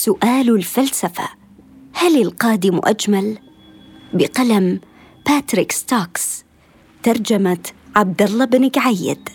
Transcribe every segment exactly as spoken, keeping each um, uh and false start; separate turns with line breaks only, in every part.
سؤال الفلسفة: هل القادم أجمل؟ بقلم باتريك ستوكس، ترجمة عبد الله بن قعيد.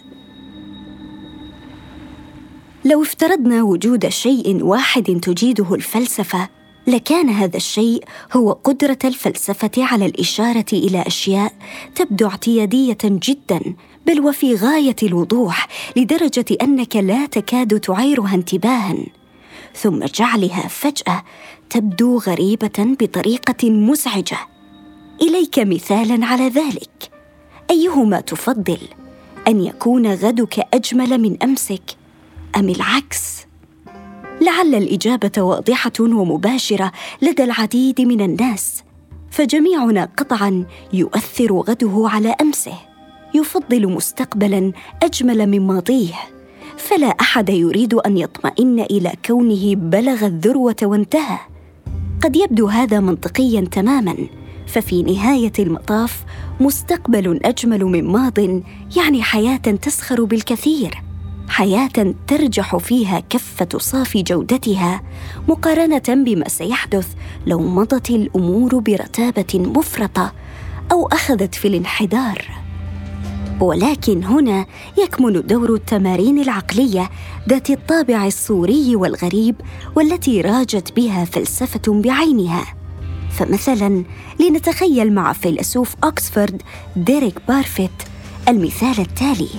لو افترضنا وجود شيء واحد تجيده الفلسفة، لكان هذا الشيء هو قدرة الفلسفة على الإشارة إلى أشياء تبدو اعتيادية جداً، بل وفي غاية الوضوح، لدرجة أنك لا تكاد تعيرها انتباهاً، ثم جعلها فجأة تبدو غريبة بطريقة مزعجة. إليك مثالاً على ذلك: أيهما تفضل، أن يكون غدك أجمل من أمسك أم العكس؟ لعل الإجابة واضحة ومباشرة لدى العديد من الناس، فجميعنا قطعاً يؤثر غده على أمسه، يفضل مستقبلاً أجمل من ماضيه، فلا أحد يريد أن يطمئن إلى كونه بلغ الذروة وانتهى. قد يبدو هذا منطقياً تماماً، ففي نهاية المطاف مستقبل أجمل من ماضٍ يعني حياة تسخر بالكثير، حياة ترجح فيها كفة صافي جودتها مقارنة بما سيحدث لو مضت الأمور برتابة مفرطة أو أخذت في الانحدار. ولكن هنا يكمن دور التمارين العقلية ذات الطابع الصوري والغريب، والتي راجت بها فلسفة بعينها. فمثلاً لنتخيل مع فيلسوف أكسفورد ديريك بارفيت المثال التالي: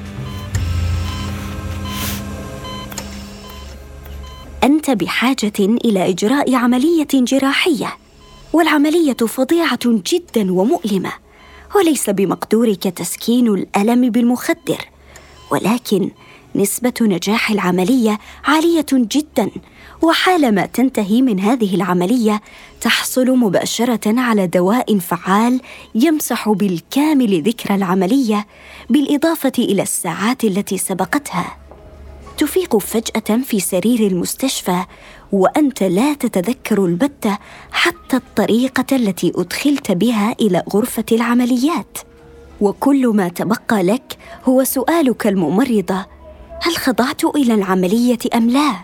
أنت بحاجة إلى إجراء عملية جراحية، والعملية فظيعة جداً ومؤلمة، وليس بمقدورك تسكين الألم بالمخدر، ولكن نسبة نجاح العملية عالية جداً، وحالما تنتهي من هذه العملية تحصل مباشرة على دواء فعال يمسح بالكامل ذكرى العملية، بالإضافة إلى الساعات التي سبقتها. تفيق فجأة في سرير المستشفى وأنت لا تتذكر البتة حتى الطريقة التي أدخلت بها إلى غرفة العمليات، وكل ما تبقى لك هو سؤالك الممرضة: هل خضعت إلى العملية أم لا؟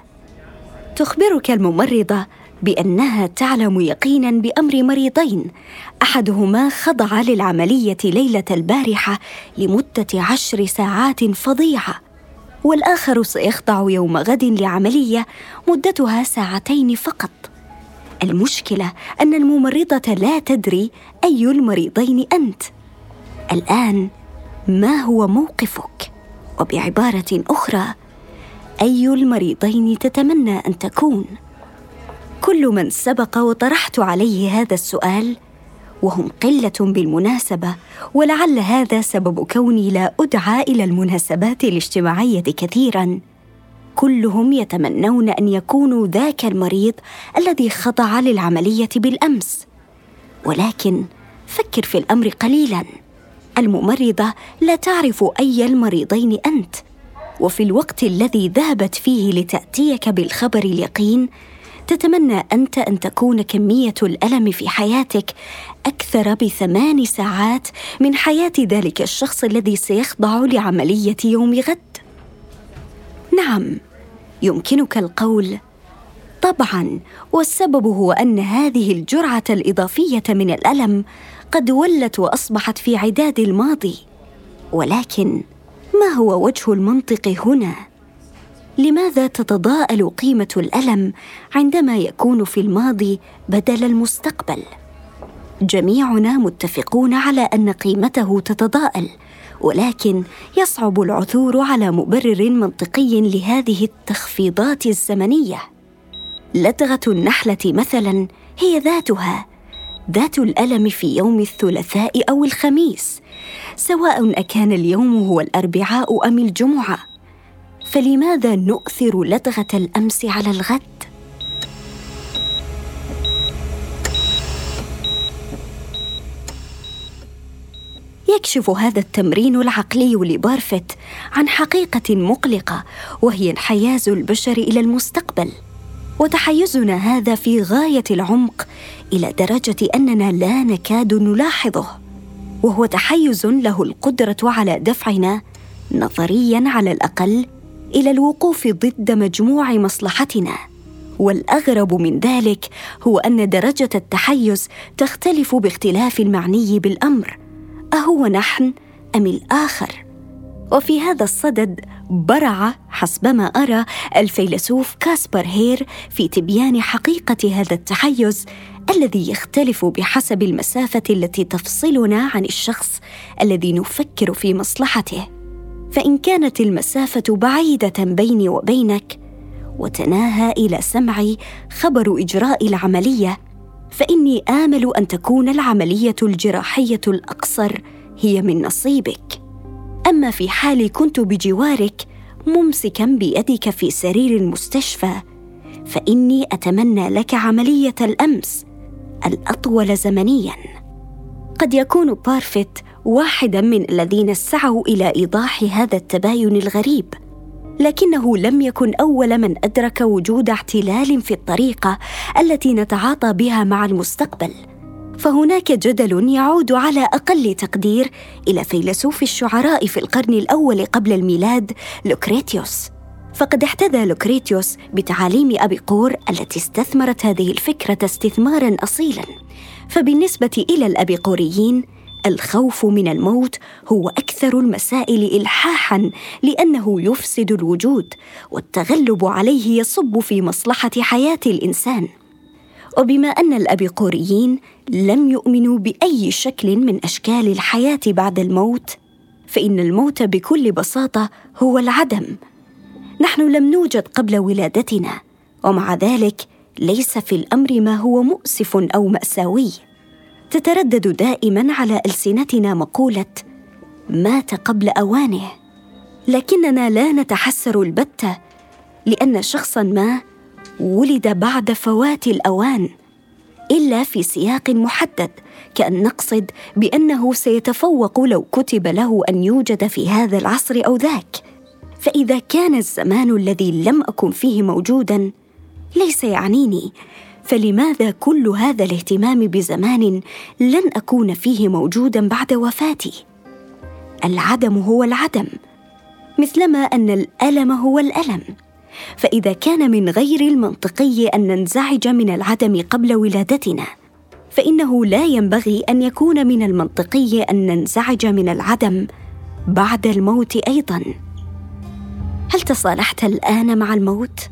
تخبرك الممرضة بأنها تعلم يقيناً بأمر مريضين، أحدهما خضع للعملية ليلة البارحة لمدة عشر ساعات فظيعة، والآخر سيخضع يوم غد لعملية مدتها ساعتين فقط. المشكلة أن الممرضة لا تدري أي المريضين أنت. الآن ما هو موقفك؟ وبعبارة أخرى، أي المريضين تتمنى أن تكون؟ كل من سبق وطرحت عليه هذا السؤال، وهم قلة بالمناسبة، ولعل هذا سبب كوني لا أدعى إلى المناسبات الاجتماعية كثيراً، كلهم يتمنون أن يكونوا ذاك المريض الذي خضع للعملية بالأمس. ولكن فكر في الأمر قليلاً، الممرضة لا تعرف أي المريضين أنت، وفي الوقت الذي ذهبت فيه لتأتيك بالخبر اليقين تتمنى أنت أن تكون كمية الألم في حياتك أكثر بثمان ساعات من حياة ذلك الشخص الذي سيخضع لعملية يوم غد. نعم، يمكنك القول: طبعاً، والسبب هو أن هذه الجرعة الإضافية من الألم قد ولت وأصبحت في عداد الماضي. ولكن ما هو وجه المنطق هنا؟ لماذا تتضاءل قيمة الألم عندما يكون في الماضي بدل المستقبل؟ جميعنا متفقون على أن قيمته تتضاءل، ولكن يصعب العثور على مبرر منطقي لهذه التخفيضات الزمنية. لدغة النحلة مثلاً هي ذاتها، ذات الألم في يوم الثلاثاء أو الخميس، سواء أكان اليوم هو الأربعاء أم الجمعة. فلماذا نؤثر لدغة الأمس على الغد؟ يكشف هذا التمرين العقلي لبارفيت عن حقيقة مقلقة، وهي انحياز البشر إلى المستقبل، وتحيزنا هذا في غاية العمق إلى درجة أننا لا نكاد نلاحظه، وهو تحيز له القدرة على دفعنا نظرياً على الأقل إلى الوقوف ضد مجموع مصلحتنا، والأغرب من ذلك هو أن درجة التحيز تختلف باختلاف المعني بالأمر، أهو نحن أم الآخر؟ وفي هذا الصدد برع حسبما أرى الفيلسوف كاسبر هير في تبيان حقيقة هذا التحيز الذي يختلف بحسب المسافة التي تفصلنا عن الشخص الذي نفكر في مصلحته. فإن كانت المسافة بعيدة بيني وبينك وتناهى إلى سمعي خبر إجراء العملية، فإني آمل أن تكون العملية الجراحية الأقصر هي من نصيبك. أما في حال كنت بجوارك ممسكاً بيدك في سرير المستشفى، فإني أتمنى لك عملية الأمس الأطول زمنياً. قد يكون بارفيت واحداً من الذين سعوا إلى إيضاح هذا التباين الغريب، لكنه لم يكن أول من أدرك وجود احتلال في الطريقة التي نتعاطى بها مع المستقبل. فهناك جدل يعود على أقل تقدير إلى فيلسوف الشعراء في القرن الأول قبل الميلاد لوكريتيوس، فقد احتذى لوكريتيوس بتعاليم أبيقور التي استثمرت هذه الفكرة استثماراً أصيلاً. فبالنسبة إلى الأبيقوريين الخوف من الموت هو أكثر المسائل إلحاحاً، لأنه يفسد الوجود والتغلب عليه يصب في مصلحة حياة الإنسان. وبما أن الأبيقوريين لم يؤمنوا بأي شكل من أشكال الحياة بعد الموت، فإن الموت بكل بساطة هو العدم. نحن لم نوجد قبل ولادتنا، ومع ذلك ليس في الأمر ما هو مؤسف أو مأساوي. تتردد دائماً على ألسنتنا مقولة مات قبل أوانه، لكننا لا نتحسر البتة، لأن شخصاً ما ولد بعد فوات الأوان، إلا في سياق محدد، كأن نقصد بأنه سيتفوق لو كتب له أن يوجد في هذا العصر أو ذاك. فإذا كان الزمان الذي لم أكن فيه موجوداً ليس يعنيني، فلماذا كل هذا الاهتمام بزمان لن أكون فيه موجوداً بعد وفاتي؟ العدم هو العدم، مثلما أن الألم هو الألم. فإذا كان من غير المنطقي أن ننزعج من العدم قبل ولادتنا، فإنه لا ينبغي أن يكون من المنطقي أن ننزعج من العدم بعد الموت أيضاً. هل تصالحت الآن مع الموت؟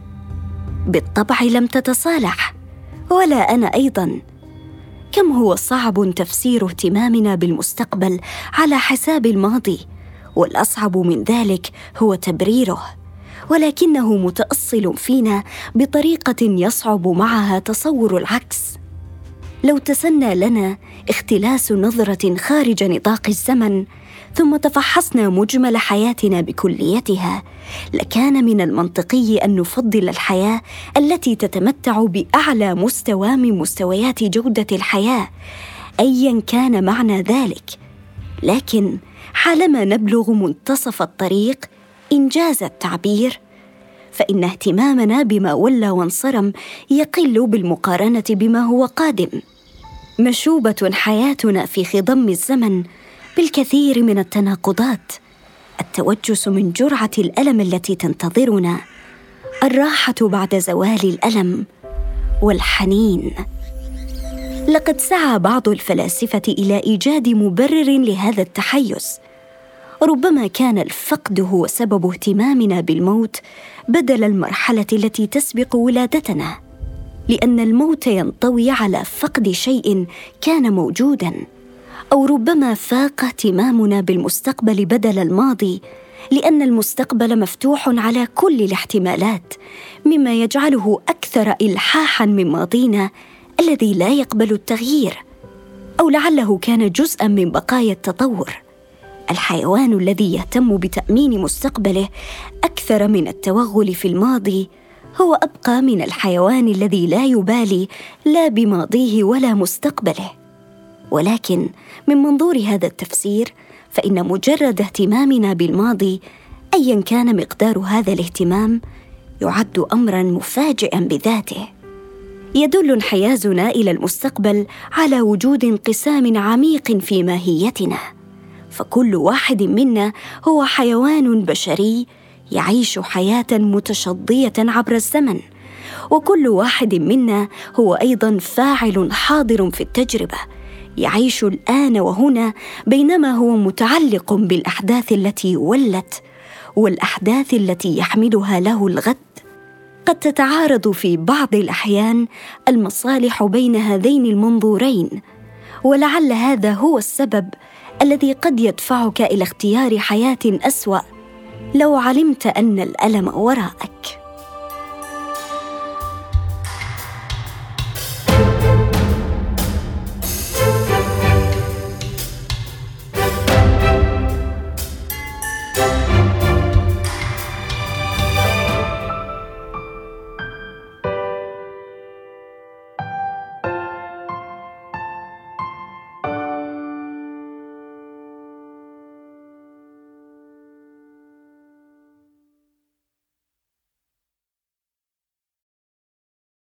بالطبع لم تتصالح، ولا أنا أيضاً. كم هو صعب تفسير اهتمامنا بالمستقبل على حساب الماضي، والأصعب من ذلك هو تبريره، ولكنه متأصل فينا بطريقة يصعب معها تصور العكس. لو تسنى لنا اختلاس نظرة خارج نطاق الزمن ثم تفحصنا مجمل حياتنا بكليتها، لكان من المنطقي أن نفضل الحياة التي تتمتع بأعلى مستوى من مستويات جودة الحياة، أياً كان معنى ذلك. لكن حالما نبلغ منتصف الطريق إنجاز التعبير، فإن اهتمامنا بما ولى وانصرم يقل بالمقارنة بما هو قادم. مشوبة حياتنا في خضم الزمن بالكثير من التناقضات: التوجس من جرعة الألم التي تنتظرنا، الراحة بعد زوال الألم، والحنين. لقد سعى بعض الفلاسفة إلى إيجاد مبرر لهذا التحيز. ربما كان الفقد هو سبب اهتمامنا بالموت بدل المرحلة التي تسبق ولادتنا، لأن الموت ينطوي على فقد شيء كان موجوداً. أو ربما فاق اهتمامنا بالمستقبل بدل الماضي، لأن المستقبل مفتوح على كل الاحتمالات، مما يجعله أكثر إلحاحاً من ماضينا الذي لا يقبل التغيير. أو لعله كان جزءاً من بقايا التطور. الحيوان الذي يهتم بتأمين مستقبله أكثر من التوغل في الماضي هو أبقى من الحيوان الذي لا يبالي لا بماضيه ولا مستقبله. ولكن من منظور هذا التفسير، فإن مجرد اهتمامنا بالماضي أياً كان مقدار هذا الاهتمام يعد أمراً مفاجئاً بذاته. يدل انحيازنا إلى المستقبل على وجود انقسام عميق في ماهيتنا، فكل واحد منا هو حيوان بشري يعيش حياة متشظية عبر الزمن، وكل واحد منا هو أيضاً فاعل حاضر في التجربة، يعيش الآن وهنا بينما هو متعلق بالأحداث التي ولت والأحداث التي يحملها له الغد. قد تتعارض في بعض الأحيان المصالح بين هذين المنظورين، ولعل هذا هو السبب الذي قد يدفعك إلى اختيار حياة أسوأ لو علمت أن الألم وراءك.